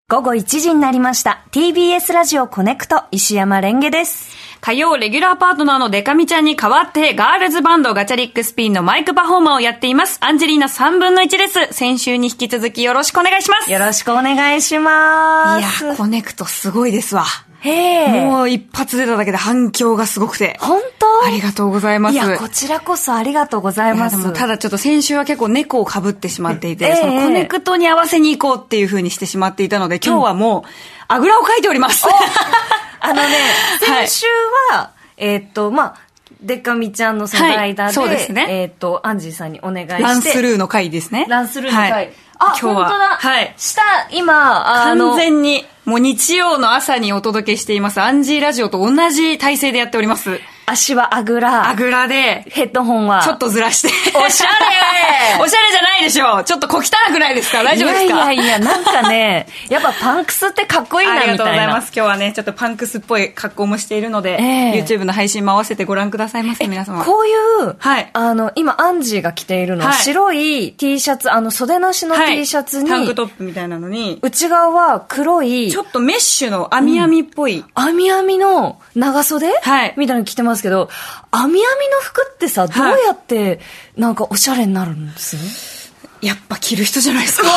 午後1時になりました。TBS ラジオコネクト石山レンゲです。 火曜レギュラーパートナーのデカミちゃんに代わってガールズバンドガチャリックスピンのマイクパフォーマーをやっていますアンジェリーナ3分の1です。先週に引き続きよろしくお願いします。 よろしくお願いします。 いやコネクトすごいですわ。 へー。 もう一発出ただけで反響がすごくて。 本当？ ありがとうございます。 いやこちらこそありがとうございます。 でもただちょっと先週は結構猫を被ってしまっていて、そのコネクトに合わせに行こうっていう風にしてしまっていたので、今日はもうあぐらをかいております。 先週は、デカミちゃんのその間で、 そうですね。 アンジーさんにお願いして。 ランスルーの回ですね。 ランスルーの回。 はい、 あ、 今日は本当だ。 はい。 今、 完全に、もう日曜の朝にお届けしています、アンジーラジオと同じ体勢でやっております。 足はあぐら。 あぐらで、 ヘッドホンは。 ちょっとずらして。 おしゃれおしゃれじゃないでしょ。ちょっと小汚くないですか？大丈夫ですか？ いや、なんかね、やっぱパンクスってかっこいいなみたいな。 ありがとうございます。今日はね、ちょっとパンクスっぽい格好もしているので、YouTube の配信も合わせてご覧くださいませ、皆様。 こういう、 はい。 今、アンジーが着ているのは、白い T シャツ、袖なしの T シャツに、 タンクトップみたいなのに、 内側は黒い、 ちょっとメッシュの網網っぽい。 網網の長袖はい。 みたいなの着てますけど、網網の服ってさ、どうやって、なんかおしゃれになるんです？ やっぱ着る人じゃないですか。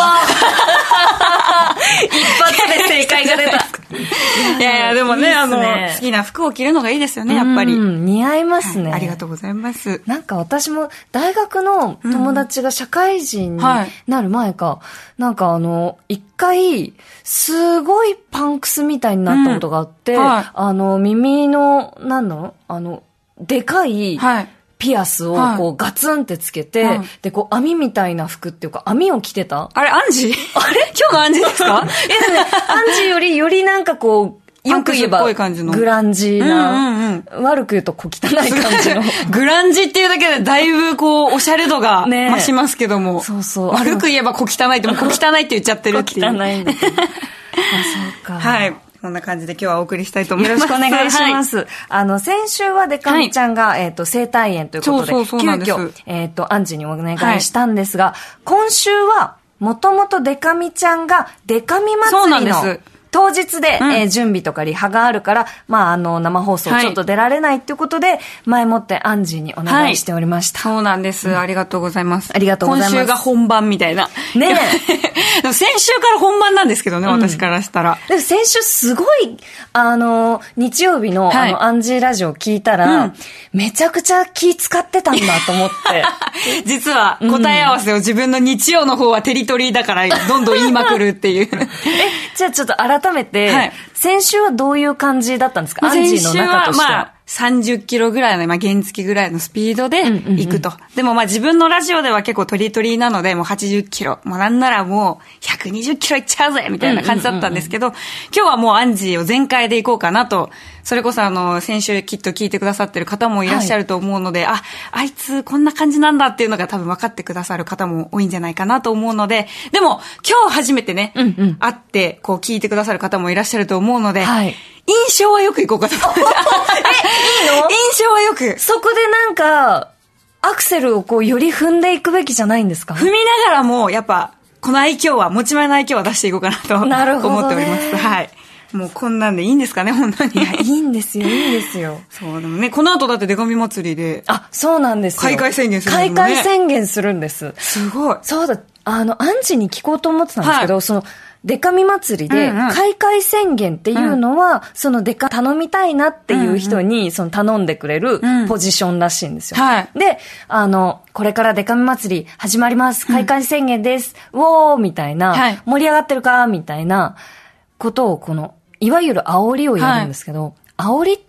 一発で正解が出た。 いやでもね、好きな服を着るのがいいですよね、やっぱり。 似合いますね、 はい。ありがとうございます。 なんか私も大学の友達が社会人になる前か、なんか一回、すごいパンクスみたいになったことがあって、耳の、でかい、ピアスをこうガツンってつけて、で、こう網みたいな服っていうか網を着てた。 あれ、アンジー？あれ？今日のアンジーですか？ アンジーよりなんかこう、よく言えば、グランジな、悪く言うと小汚い感じの。 グランジっていうだけでだいぶこう、おしゃれ度が増しますけども。 そうそう。 悪く言えば小汚いって、もう小汚いって言っちゃってるっていう。 小汚いんだけど。あ、そうか。 はい。こんな感じで今日はお送りしたいと思います。 よろしくお願いします。先週はデカミちゃんが、生体炎ということで、急遽、アンジにお願いしたんですが、今週は、もともとデカミちゃんが、デカミ祭りの、当日で、準備とかリハがあるから、生放送ちょっと出られないっていうことで、前もってアンジーにお願いしておりました。 そうなんです。ありがとうございます。 ありがとうございます。 今週が本番みたいな。 ねえ。先週から本番なんですけどね、私からしたら。 でも先週すごい、日曜日の、アンジーラジオ聞いたら、めちゃくちゃ気使ってたんだと思って。 実は、答え合わせを自分の日曜の方はテリトリーだから、どんどん言いまくるっていう。 じゃあちょっと改めて、先週はどういう感じだったんですか？アンジーの中としては。 30キロぐらいの、原付ぐらいのスピードで行くと。でも自分のラジオでは結構トリトリなので、もう80キロ。もうなんならもう120キロ行っちゃうぜみたいな感じだったんですけど、今日はもうアンジーを全開で行こうかなと。それこそ先週きっと聞いてくださってる方もいらっしゃると思うので、あいつこんな感じなんだっていうのが多分分かってくださる方も多いんじゃないかなと思うので、でも今日初めてね、会ってこう聞いてくださる方もいらっしゃると思うので、印象はよく行こうかと思って。いいの？印象はよく。 そこでなんか、アクセルをこうより踏んでいくべきじゃないんですか？ 踏みながらも、やっぱ、この愛嬌は、持ち前の愛嬌は出していこうかなと思っております。はい。もうこんなんでいいんですかね、本当に。 いや、いいんですよ、いいですよ。 そう、でもね、この後だってデカミ祭りで。 あ、そうなんですよ。 開会宣言するんですね。 開会宣言するんです。 すごい。 そうだ、アンジに聞こうと思ってたんですけど、デカミ祭りで、開会宣言っていうのは、そのデカ頼みたいなっていう人に、頼んでくれるポジションらしいんですよ。で、これからデカミ祭り始まります。開会宣言です。ウォーみたいな、盛り上がってるかみたいなことを、いわゆる煽りをやるんですけど、煽りって、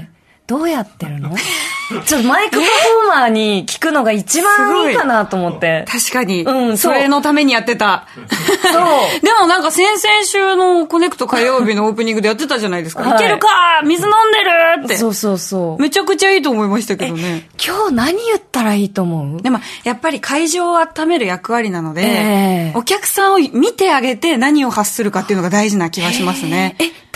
どうやってるの？ちょっとマイクパフォーマーに聞くのが一番いいかなと思って。 確かに。それのためにやってた。 そう。 でもなんか先々週のコネクト火曜日のオープニングでやってたじゃないですか。いけるか水飲んでるって。 そうそうそう。 めちゃくちゃいいと思いましたけどね。 今日何言ったらいいと思う？ でもやっぱり会場を温める役割なので、お客さんを見てあげて何を発するかっていうのが大事な気がしますね。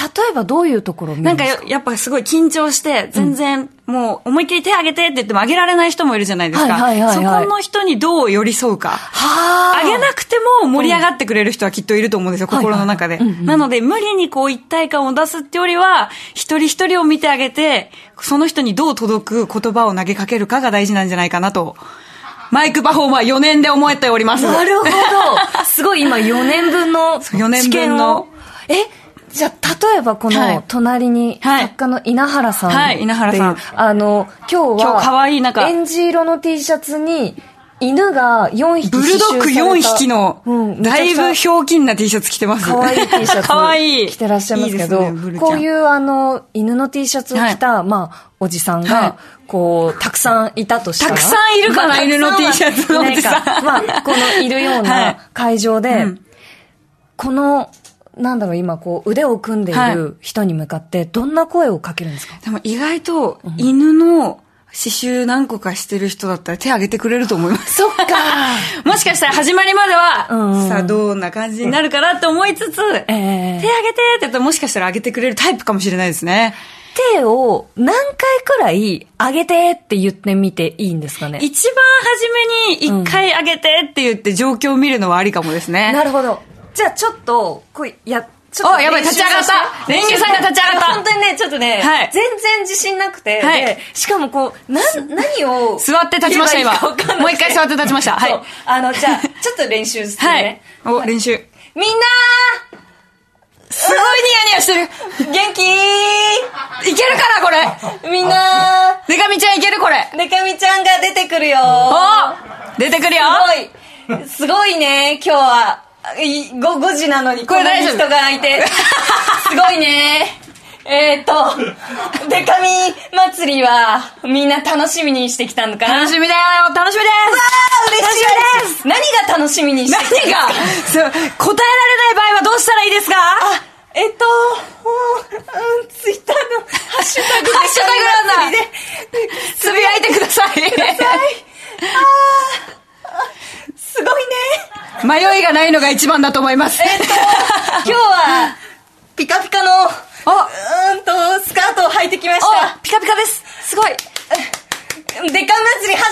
えばどういうところを見るんですか？ なんかやっぱすごい緊張して、全然もう思いっきり手挙げてって言っても挙げられない人もいるじゃないですか。そこの人にどう寄り添うか。挙げなくても盛り上がってくれる人はきっといると思うんですよ、心の中で。なので無理にこう一体感を出すってよりは、一人一人を見てあげて、その人にどう届く言葉を投げかけるかが大事なんじゃないかなと。マイクパフォーマー4年で思えております。 なるほど。すごい今4年分の知見を。じゃあ、例えばこの隣に作家の稲原さんっていう、 はい稲原さん。 今日は可愛いなんかエンジ色の T シャツに犬が4匹ブルドッグ4匹のだいぶひょうきんな T シャツ着てます。 可愛い T シャツ可愛い着てらっしゃいますけど、 いいですね、 こういう犬の T シャツを着た、まあおじさんがこうたくさんいたとしたら、 たくさんいるかな、犬の T シャツのおじさん。 まあこのいるような会場で、このなんだろう、今こう腕を組んでいる人に向かってどんな声をかけるんですか？ でも意外と犬の刺繍何個かしてる人だったら手挙げてくれると思います。 そっかもしかしたら始まりまでは、さあどんな感じになるかなって思いつつ、手挙げてって言ったらもしかしたら挙げてくれるタイプかもしれないですね。 手を何回くらい上げてって言ってみていいんですかね？ 一番初めに一回上げてって言って状況を見るのはありかもですね。 なるほど。じゃあちょっと、ちょっとやばい、立ち上がったレンゲさんが立ち上がった本当にね、ちょっとね、全然自信なくて、で、しかもこう、何を座って立ちました、今。もう一回座って立ちました。はい。 じゃあ、ちょっと練習してね。 練習。 みんなすごいニヤニヤしてる元気いけるかな、これみんなデカミちゃんいけるこれデカミちゃんが出てくるよ出てくるよすごいね、今日は。5時なのにこんなに人がいてすごいね。デカミ祭りはみんな楽しみにしてきたのかな？ 楽しみだよ、楽しみです。 わー、嬉しいです。何が楽しみにしてきたんですか？ 答えられない場合はどうしたらいいですか？ ツイッターのハッシュタグなんだ。つぶやいてください。 すごいね。迷いがないのが一番だと思います。 今日はピカピカのスカートを履いてきました。 ピカピカです。すごい。 デカ祭り始めるぞ。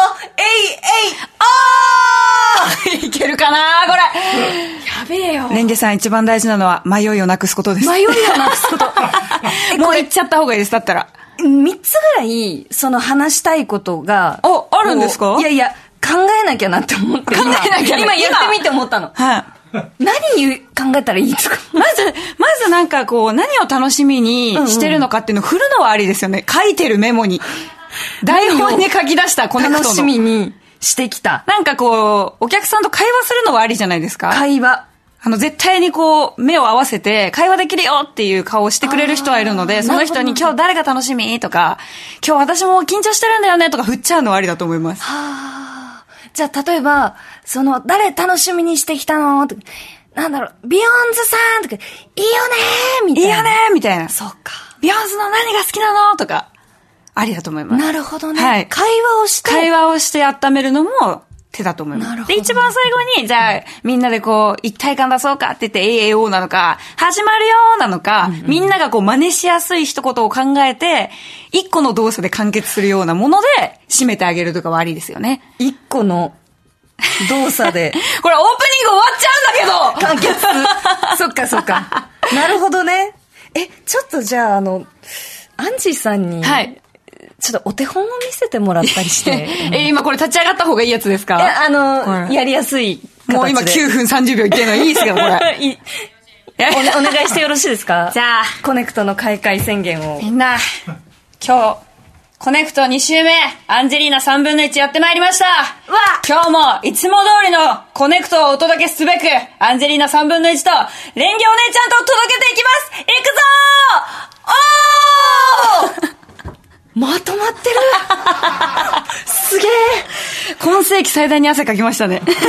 いけるかなこれ。 やべえよ。 レンゲさん一番大事なのは迷いをなくすことです。 迷いをなくすこと。 もう言っちゃった方がいいです。だったら。 3つぐらい、話したいことが。 あるんですか？ いや、考えなきゃなって思って。 考えなきゃ今言ってみて思ったの。 はい。 何考えたらいいですか？ まずなんかこう、何を楽しみにしてるのかっていうのを振るのはありですよね。書いてるメモに。台本に書き出したコネクトの。 楽しみにしてきた。 なんかこう、お客さんと会話するのはありじゃないですか？ 会話。 絶対にこう、目を合わせて、会話できるよっていう顔をしてくれる人はいるので、その人に今日誰が楽しみとか、今日私も緊張してるんだよねとか振っちゃうのはありだと思います。 じゃあ、例えば、誰楽しみにしてきたのとか、なんだろう、ビヨンズさんとか、いいよねーみたいな。 いいよねーみたいな。 そうか。 ビヨンズの何が好きなのとか、ありだと思います。 なるほどね。 はい。 会話をして温めるのも手だと思います。なるほど。で、一番最後に、じゃあ、みんなでこう、一体感出そうかって言って、AAO なのか、始まるよなのか、みんながこう、真似しやすい一言を考えて、一個の動作で完結するようなもので、締めてあげるとかはありですよね。 一個の動作で。 これオープニング終わっちゃうんだけど完結。そっか。なるほどね。ちょっとじゃあ、アンジーさんに、はい。ちょっとお手本を見せてもらったりして。 今これ立ち上がった方がいいやつですか？ やりやすい形で。 もう今9分30秒いってるのいいですけど、これ。 お願いしてよろしいですか？ じゃあ、 コネクトの開会宣言を。 みんな、今日、コネクト2週目、アンジェリーナ3分の1やってまいりました。今日もいつも通りのコネクトをお届けすべく、アンジェリーナ3分の1と、レンゲお姉ちゃんと届けていきます。いくぞーまとまってるすげえ今世紀最大に汗かきましたね。 わー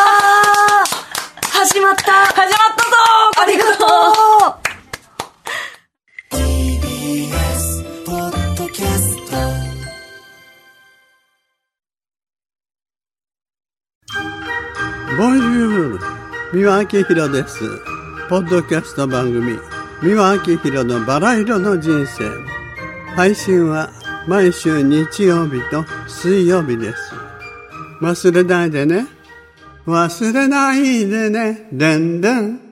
始まったぞーありがとう TBS ポッドキャストボンジュール三輪明宏です。ポッドキャスト番組三輪明宏のバラ色の人生。配信は毎週日曜日と水曜日です。忘れないでね。忘れないでね。でんでん。